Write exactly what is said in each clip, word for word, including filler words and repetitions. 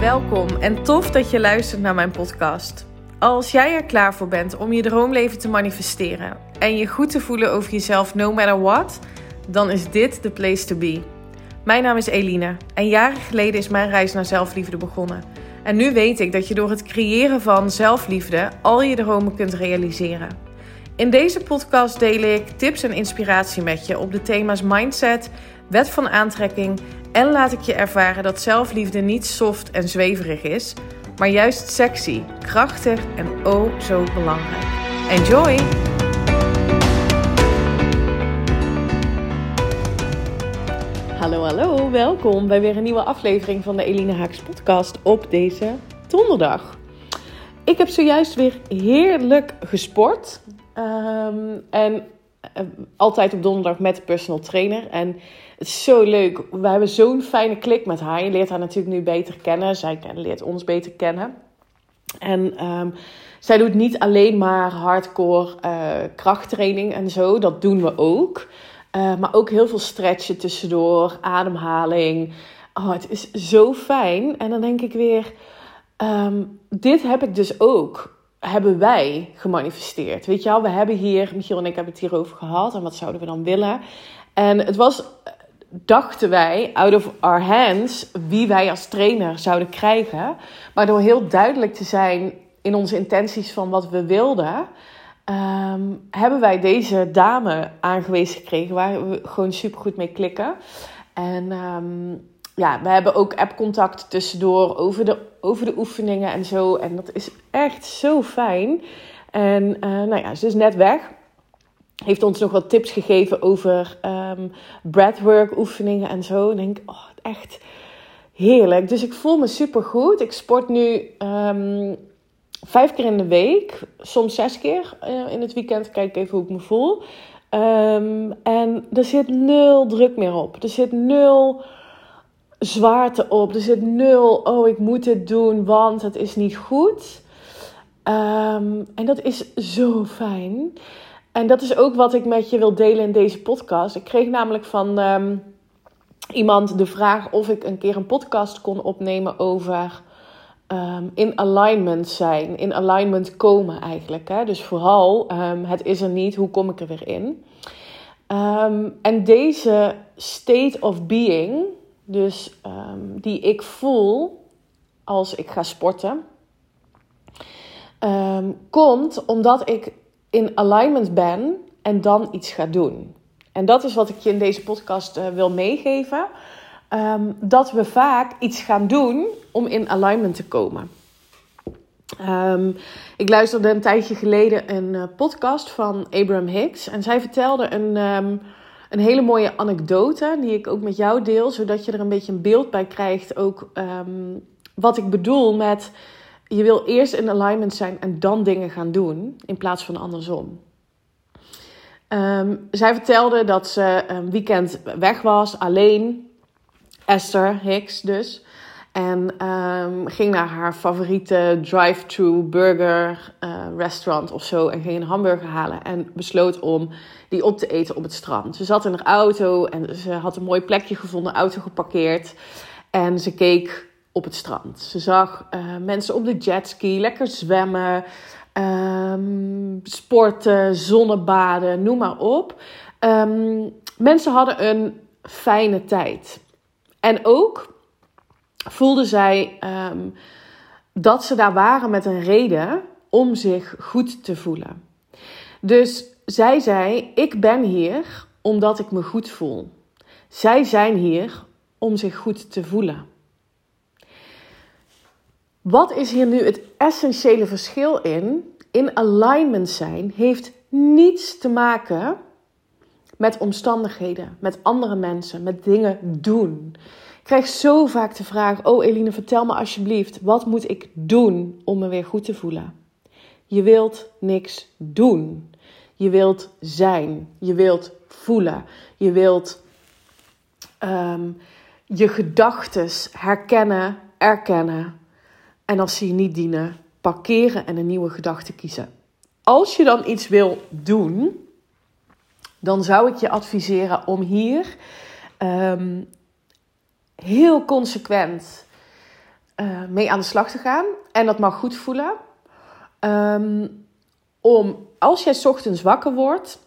welkom en tof dat je luistert naar mijn podcast. Als jij er klaar voor bent om je droomleven te manifesteren en je goed te voelen over jezelf no matter what, dan is dit de place to be. Mijn naam is Eline en jaren geleden is mijn reis naar zelfliefde begonnen. En nu weet ik dat je door het creëren van zelfliefde al je dromen kunt realiseren. In deze podcast deel ik tips en inspiratie met je op de thema's mindset, wet van aantrekking en laat ik je ervaren dat zelfliefde niet soft en zweverig is, maar juist sexy, krachtig en oh zo belangrijk. Enjoy! Hallo, hallo, welkom bij weer een nieuwe aflevering van de Eline Haaks podcast op deze donderdag. Ik heb zojuist weer heerlijk gesport um, en uh, altijd op donderdag met de personal trainer. En het is zo leuk, we hebben zo'n fijne klik met haar. Je leert haar natuurlijk nu beter kennen, zij leert ons beter kennen. En um, zij doet niet alleen maar hardcore uh, krachttraining en zo, dat doen we ook. Uh, maar ook heel veel stretchen tussendoor, ademhaling. Oh, het is zo fijn. En dan denk ik weer, um, dit heb ik dus ook, hebben wij gemanifesteerd. Weet je wel, we hebben hier, Michiel en ik hebben het hierover gehad. En wat zouden we dan willen? En het was, dachten wij, out of our hands, wie wij als trainer zouden krijgen. Maar door heel duidelijk te zijn in onze intenties van wat we wilden, Um, hebben wij deze dame aangewezen gekregen waar we gewoon super goed mee klikken. En um, ja, we hebben ook appcontact tussendoor over de, over de oefeningen en zo. En dat is echt zo fijn. En uh, nou ja, ze is net weg. Heeft ons nog wat tips gegeven over um, breathwork oefeningen en zo. En ik denk, oh, echt heerlijk. Dus ik voel me super goed. Ik sport nu Um, Vijf keer in de week, soms zes keer uh, in het weekend. Kijk even hoe ik me voel. Um, en er zit nul druk meer op. Er zit nul zwaarte op. Er zit nul, oh ik moet dit doen, want het is niet goed. Um, en dat is zo fijn. En dat is ook wat ik met je wil delen in deze podcast. Ik kreeg namelijk van um, iemand de vraag of ik een keer een podcast kon opnemen over Um, in alignment zijn, in alignment komen eigenlijk. Hè? Dus vooral, um, het is er niet, hoe kom ik er weer in? Um, en deze state of being, dus um, die ik voel als ik ga sporten, um, komt omdat ik in alignment ben en dan iets ga doen. En dat is wat ik je in deze podcast uh, wil meegeven. Um, dat we vaak iets gaan doen om in alignment te komen. Um, ik luisterde een tijdje geleden een uh, podcast van Abraham Hicks. En zij vertelde een, um, een hele mooie anekdote die ik ook met jou deel. Zodat je er een beetje een beeld bij krijgt. Ook um, wat ik bedoel met je wil eerst in alignment zijn en dan dingen gaan doen. In plaats van andersom. Um, zij vertelde dat ze een weekend weg was, alleen. Esther Hicks dus. En um, ging naar haar favoriete drive-thru burger uh, restaurant of zo. En ging een hamburger halen. En besloot om die op te eten op het strand. Ze zat in haar auto en ze had een mooi plekje gevonden. Auto geparkeerd. En ze keek op het strand. Ze zag uh, mensen op de jetski. Lekker zwemmen. Um, sporten. Zonnebaden. Noem maar op. Um, mensen hadden een fijne tijd. En ook voelde zij um, dat ze daar waren met een reden om zich goed te voelen. Dus zij zei, ik ben hier omdat ik me goed voel. Zij zijn hier om zich goed te voelen. Wat is hier nu het essentiële verschil in? In alignment zijn heeft niets te maken met omstandigheden, met andere mensen, met dingen doen. Ik krijg zo vaak de vraag, oh Eline, vertel me alsjeblieft, wat moet ik doen om me weer goed te voelen? Je wilt niks doen. Je wilt zijn. Je wilt voelen. Je wilt um, je gedachtes herkennen, erkennen. En als ze je niet dienen, parkeren en een nieuwe gedachte kiezen. Als je dan iets wil doen, dan zou ik je adviseren om hier um, heel consequent uh, mee aan de slag te gaan. En dat mag goed voelen. Um, om, als jij 's ochtends wakker wordt,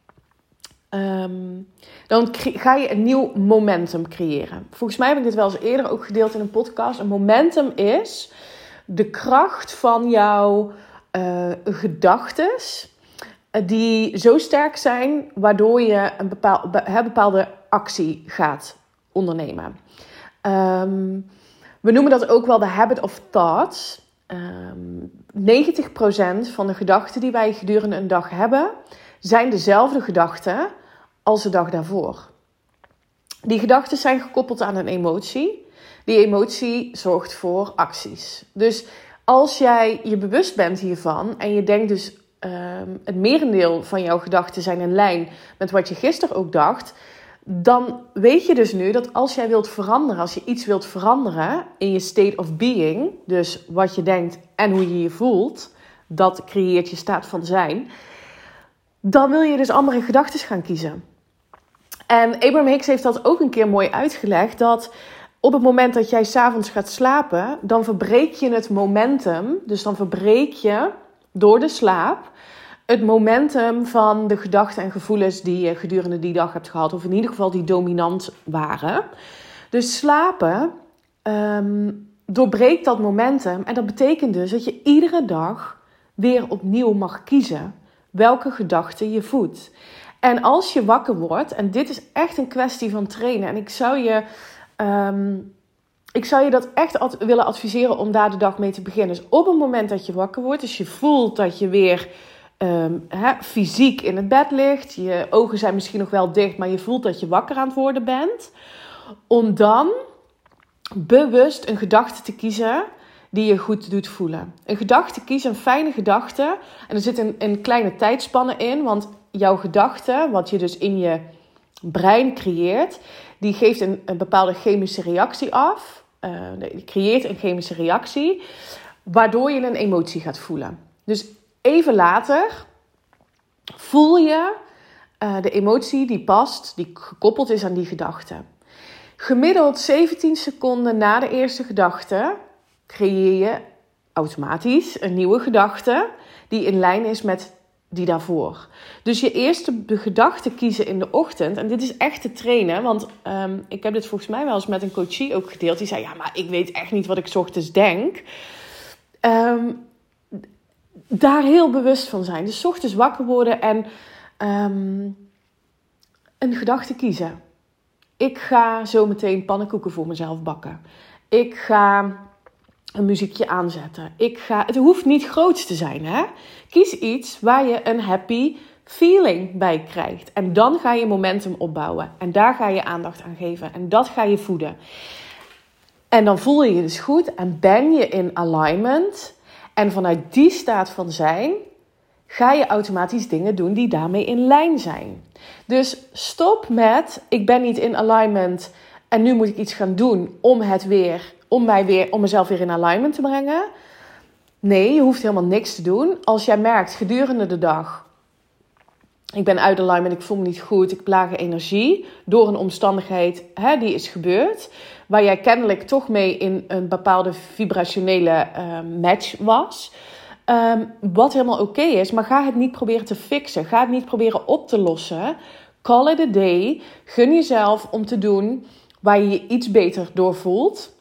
um, dan cre- ga je een nieuw momentum creëren. Volgens mij heb ik dit wel eens eerder ook gedeeld in een podcast. Een momentum is de kracht van jouw uh, gedachtes die zo sterk zijn, waardoor je een bepaal, be, bepaalde actie gaat ondernemen. Um, we noemen dat ook wel de habit of thoughts. Um, negentig procent van de gedachten die wij gedurende een dag hebben, zijn dezelfde gedachten als de dag daarvoor. Die gedachten zijn gekoppeld aan een emotie. Die emotie zorgt voor acties. Dus als jij je bewust bent hiervan en je denkt dus Um, het merendeel van jouw gedachten zijn in lijn met wat je gisteren ook dacht, dan weet je dus nu dat als jij wilt veranderen, als je iets wilt veranderen in je state of being, dus wat je denkt en hoe je je voelt, dat creëert je staat van zijn, dan wil je dus andere gedachten gaan kiezen. En Abraham Hicks heeft dat ook een keer mooi uitgelegd, dat op het moment dat jij 's avonds gaat slapen, dan verbreek je het momentum, dus dan verbreek je door de slaap het momentum van de gedachten en gevoelens die je gedurende die dag hebt gehad. Of in ieder geval die dominant waren. Dus slapen um, doorbreekt dat momentum. En dat betekent dus dat je iedere dag weer opnieuw mag kiezen welke gedachten je voedt. En als je wakker wordt, en dit is echt een kwestie van trainen. En ik zou je... Um, Ik zou je dat echt ad- willen adviseren om daar de dag mee te beginnen. Dus op het moment dat je wakker wordt, dus je voelt dat je weer um, hè, fysiek in het bed ligt. Je ogen zijn misschien nog wel dicht, maar je voelt dat je wakker aan het worden bent. Om dan bewust een gedachte te kiezen die je goed doet voelen. Een gedachte kiezen, een fijne gedachte. En er zit een, een kleine tijdspanne in, want jouw gedachte, wat je dus in je brein creëert, die geeft een, een bepaalde chemische reactie af. Uh, die creëert een chemische reactie, waardoor je een emotie gaat voelen. Dus even later voel je uh, de emotie die past, die gekoppeld is aan die gedachte. Gemiddeld zeventien seconden na de eerste gedachte creëer je automatisch een nieuwe gedachte die in lijn is met die daarvoor. Dus je eerste gedachte kiezen in de ochtend. En dit is echt te trainen. Want um, ik heb dit volgens mij wel eens met een coachie ook gedeeld. Die zei, ja, maar ik weet echt niet wat ik 's ochtends denk. Um, daar heel bewust van zijn. Dus 's ochtends wakker worden en um, een gedachte kiezen. Ik ga zo meteen pannenkoeken voor mezelf bakken. Ik ga een muziekje aanzetten. Ik ga, het hoeft niet groots te zijn, hè? Kies iets waar je een happy feeling bij krijgt. En dan ga je momentum opbouwen. En daar ga je aandacht aan geven. En dat ga je voeden. En dan voel je je dus goed. En ben je in alignment. En vanuit die staat van zijn ga je automatisch dingen doen die daarmee in lijn zijn. Dus stop met, ik ben niet in alignment en nu moet ik iets gaan doen om het weer, om mij weer, om mezelf weer in alignment te brengen. Nee, je hoeft helemaal niks te doen. Als jij merkt gedurende de dag, ik ben uit alignment, ik voel me niet goed, ik heb lage energie door een omstandigheid hè, die is gebeurd, waar jij kennelijk toch mee in een bepaalde vibrationele uh, match was. Um, wat helemaal oké okay is, maar ga het niet proberen te fixen. Ga het niet proberen op te lossen. Call it a day. Gun jezelf om te doen waar je je iets beter door voelt.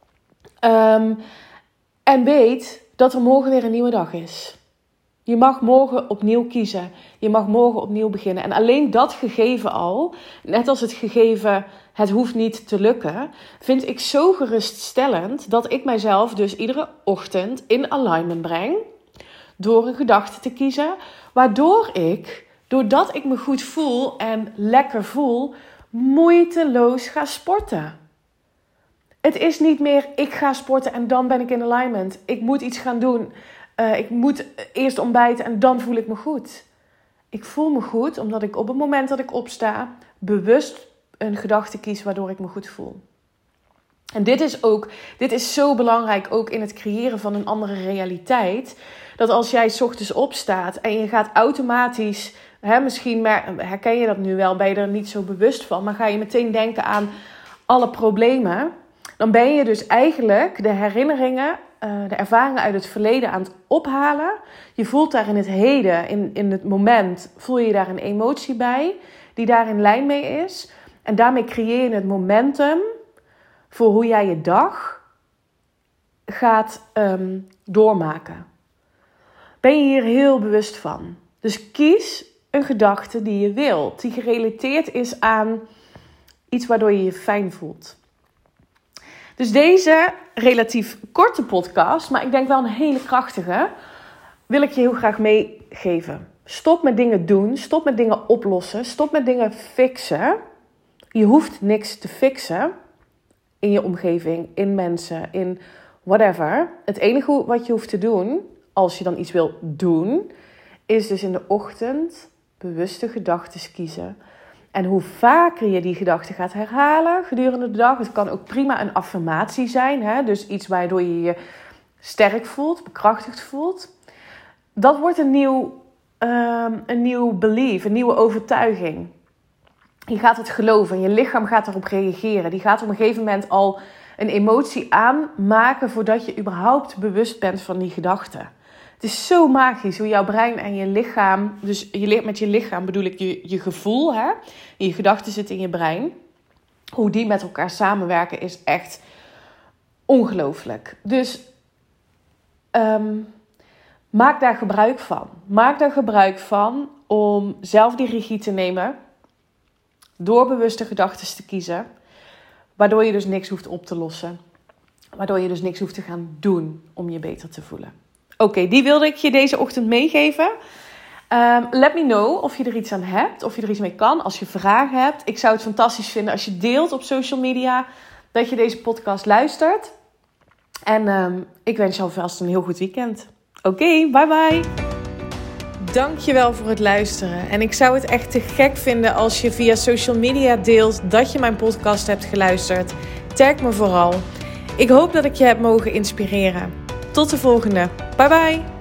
Um, en weet dat er morgen weer een nieuwe dag is. Je mag morgen opnieuw kiezen. Je mag morgen opnieuw beginnen. En alleen dat gegeven al, net als het gegeven het hoeft niet te lukken, vind ik zo geruststellend dat ik mijzelf dus iedere ochtend in alignment breng. Door een gedachte te kiezen. Waardoor ik, doordat ik me goed voel en lekker voel, moeiteloos ga sporten. Het is niet meer ik ga sporten en dan ben ik in alignment. Ik moet iets gaan doen. Uh, ik moet eerst ontbijten en dan voel ik me goed. Ik voel me goed omdat ik op het moment dat ik opsta bewust een gedachte kies waardoor ik me goed voel. En dit is ook, dit is zo belangrijk ook in het creëren van een andere realiteit. Dat als jij 's ochtends opstaat en je gaat automatisch, hè, misschien herken je dat nu wel, ben je er niet zo bewust van, maar ga je meteen denken aan alle problemen dan ben je dus eigenlijk de herinneringen, uh, de ervaringen uit het verleden aan het ophalen. Je voelt daar in het heden, in, in het moment, voel je daar een emotie bij die daar in lijn mee is. En daarmee creëer je het momentum voor hoe jij je dag gaat um, doormaken. Ben je hier heel bewust van. Dus kies een gedachte die je wilt, die gerelateerd is aan iets waardoor je je fijn voelt. Dus deze relatief korte podcast, maar ik denk wel een hele krachtige, wil ik je heel graag meegeven. Stop met dingen doen, stop met dingen oplossen, stop met dingen fixen. Je hoeft niks te fixen in je omgeving, in mensen, in whatever. Het enige wat je hoeft te doen, als je dan iets wil doen, is dus in de ochtend bewuste gedachten kiezen. En hoe vaker je die gedachten gaat herhalen gedurende de dag. Het kan ook prima een affirmatie zijn. Hè? Dus iets waardoor je je sterk voelt, bekrachtigd voelt. Dat wordt een nieuw, um, een nieuw belief, een nieuwe overtuiging. Je gaat het geloven en je lichaam gaat erop reageren. Die gaat op een gegeven moment al een emotie aanmaken voordat je überhaupt bewust bent van die gedachten. Het is zo magisch hoe jouw brein en je lichaam, dus je, met je lichaam bedoel ik je, je gevoel, hè? Je gedachten zitten in je brein. Hoe die met elkaar samenwerken is echt ongelooflijk. Dus um, maak daar gebruik van. Maak daar gebruik van om zelf die regie te nemen. Door bewuste gedachten te kiezen. Waardoor je dus niks hoeft op te lossen. Waardoor je dus niks hoeft te gaan doen om je beter te voelen. Oké, okay, die wilde ik je deze ochtend meegeven. Um, let me know of je er iets aan hebt. Of je er iets mee kan. Als je vragen hebt. Ik zou het fantastisch vinden als je deelt op social media. Dat je deze podcast luistert. En um, ik wens je alvast een heel goed weekend. Oké, okay, bye bye. Dankjewel voor het luisteren. En ik zou het echt te gek vinden als je via social media deelt dat je mijn podcast hebt geluisterd. Tag me vooral. Ik hoop dat ik je heb mogen inspireren. Tot de volgende. Bye bye.